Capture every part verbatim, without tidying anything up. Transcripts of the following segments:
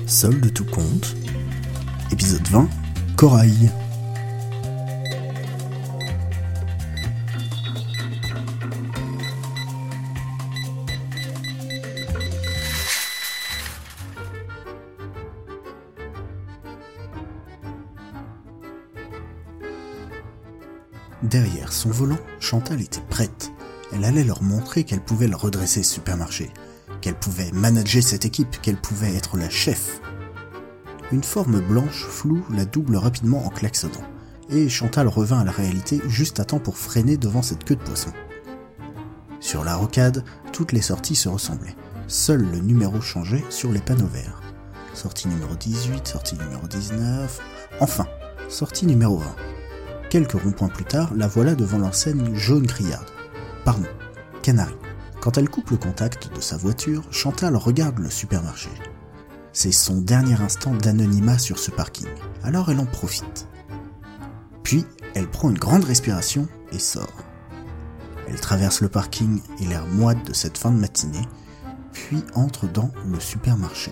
Solde de tout compte, épisode vingt, Corail. Derrière son volant, Chantal était prête. Elle allait leur montrer qu'elle pouvait le redresser ce supermarché, qu'elle pouvait manager cette équipe, qu'elle pouvait être la chef. Une forme blanche floue la double rapidement en klaxonnant, et Chantal revint à la réalité juste à temps pour freiner devant cette queue de poisson. Sur la rocade, toutes les sorties se ressemblaient. Seul le numéro changeait sur les panneaux verts. Sortie numéro dix-huit, sortie numéro dix-neuf... Enfin, sortie numéro vingt. Quelques ronds-points plus tard, la voilà devant l'enseigne jaune criarde. Pardon, Canari. Quand elle coupe le contact de sa voiture, Chantal regarde le supermarché. C'est son dernier instant d'anonymat sur ce parking, alors elle en profite. Puis, elle prend une grande respiration et sort. Elle traverse le parking et l'air moite de cette fin de matinée, puis entre dans le supermarché.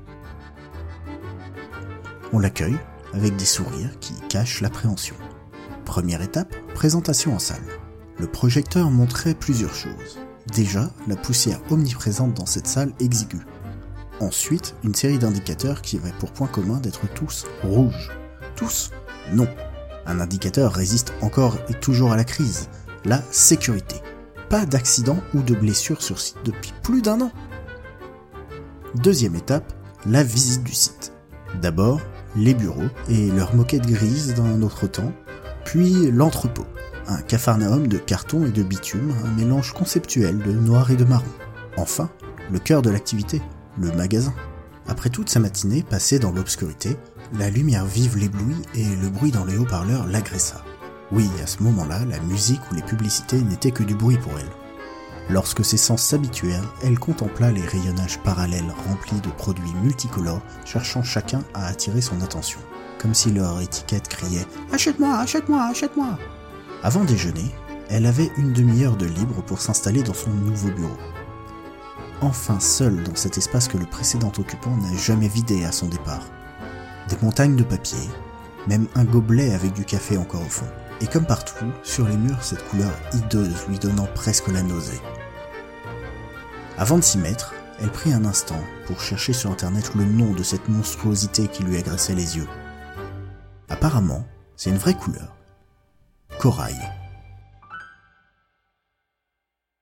On l'accueille avec des sourires qui cachent l'appréhension. Première étape, présentation en salle. Le projecteur montrait plusieurs choses. Déjà, la poussière omniprésente dans cette salle exiguë. Ensuite, une série d'indicateurs qui avaient pour point commun d'être tous rouges. Tous ? Non. Un indicateur résiste encore et toujours à la crise. La sécurité. Pas d'accident ou de blessure sur site depuis plus d'un an. Deuxième étape, la visite du site. D'abord, les bureaux et leur moquette grise d'un autre temps, puis l'entrepôt. Un capharnaüm de carton et de bitume, un mélange conceptuel de noir et de marron. Enfin, le cœur de l'activité, le magasin. Après toute sa matinée passée dans l'obscurité, la lumière vive l'éblouit et le bruit dans les haut-parleurs l'agressa. Oui, à ce moment-là, la musique ou les publicités n'étaient que du bruit pour elle. Lorsque ses sens s'habituèrent, elle contempla les rayonnages parallèles remplis de produits multicolores, cherchant chacun à attirer son attention, comme si leur étiquette criait « Achète-moi, achète-moi, achète-moi !» Avant déjeuner, elle avait une demi-heure de libre pour s'installer dans son nouveau bureau. Enfin seule dans cet espace que le précédent occupant n'a jamais vidé à son départ. Des montagnes de papier, même un gobelet avec du café encore au fond. Et comme partout, sur les murs, cette couleur hideuse lui donnant presque la nausée. Avant de s'y mettre, elle prit un instant pour chercher sur internet le nom de cette monstruosité qui lui agressait les yeux. Apparemment, c'est une vraie couleur. Corail.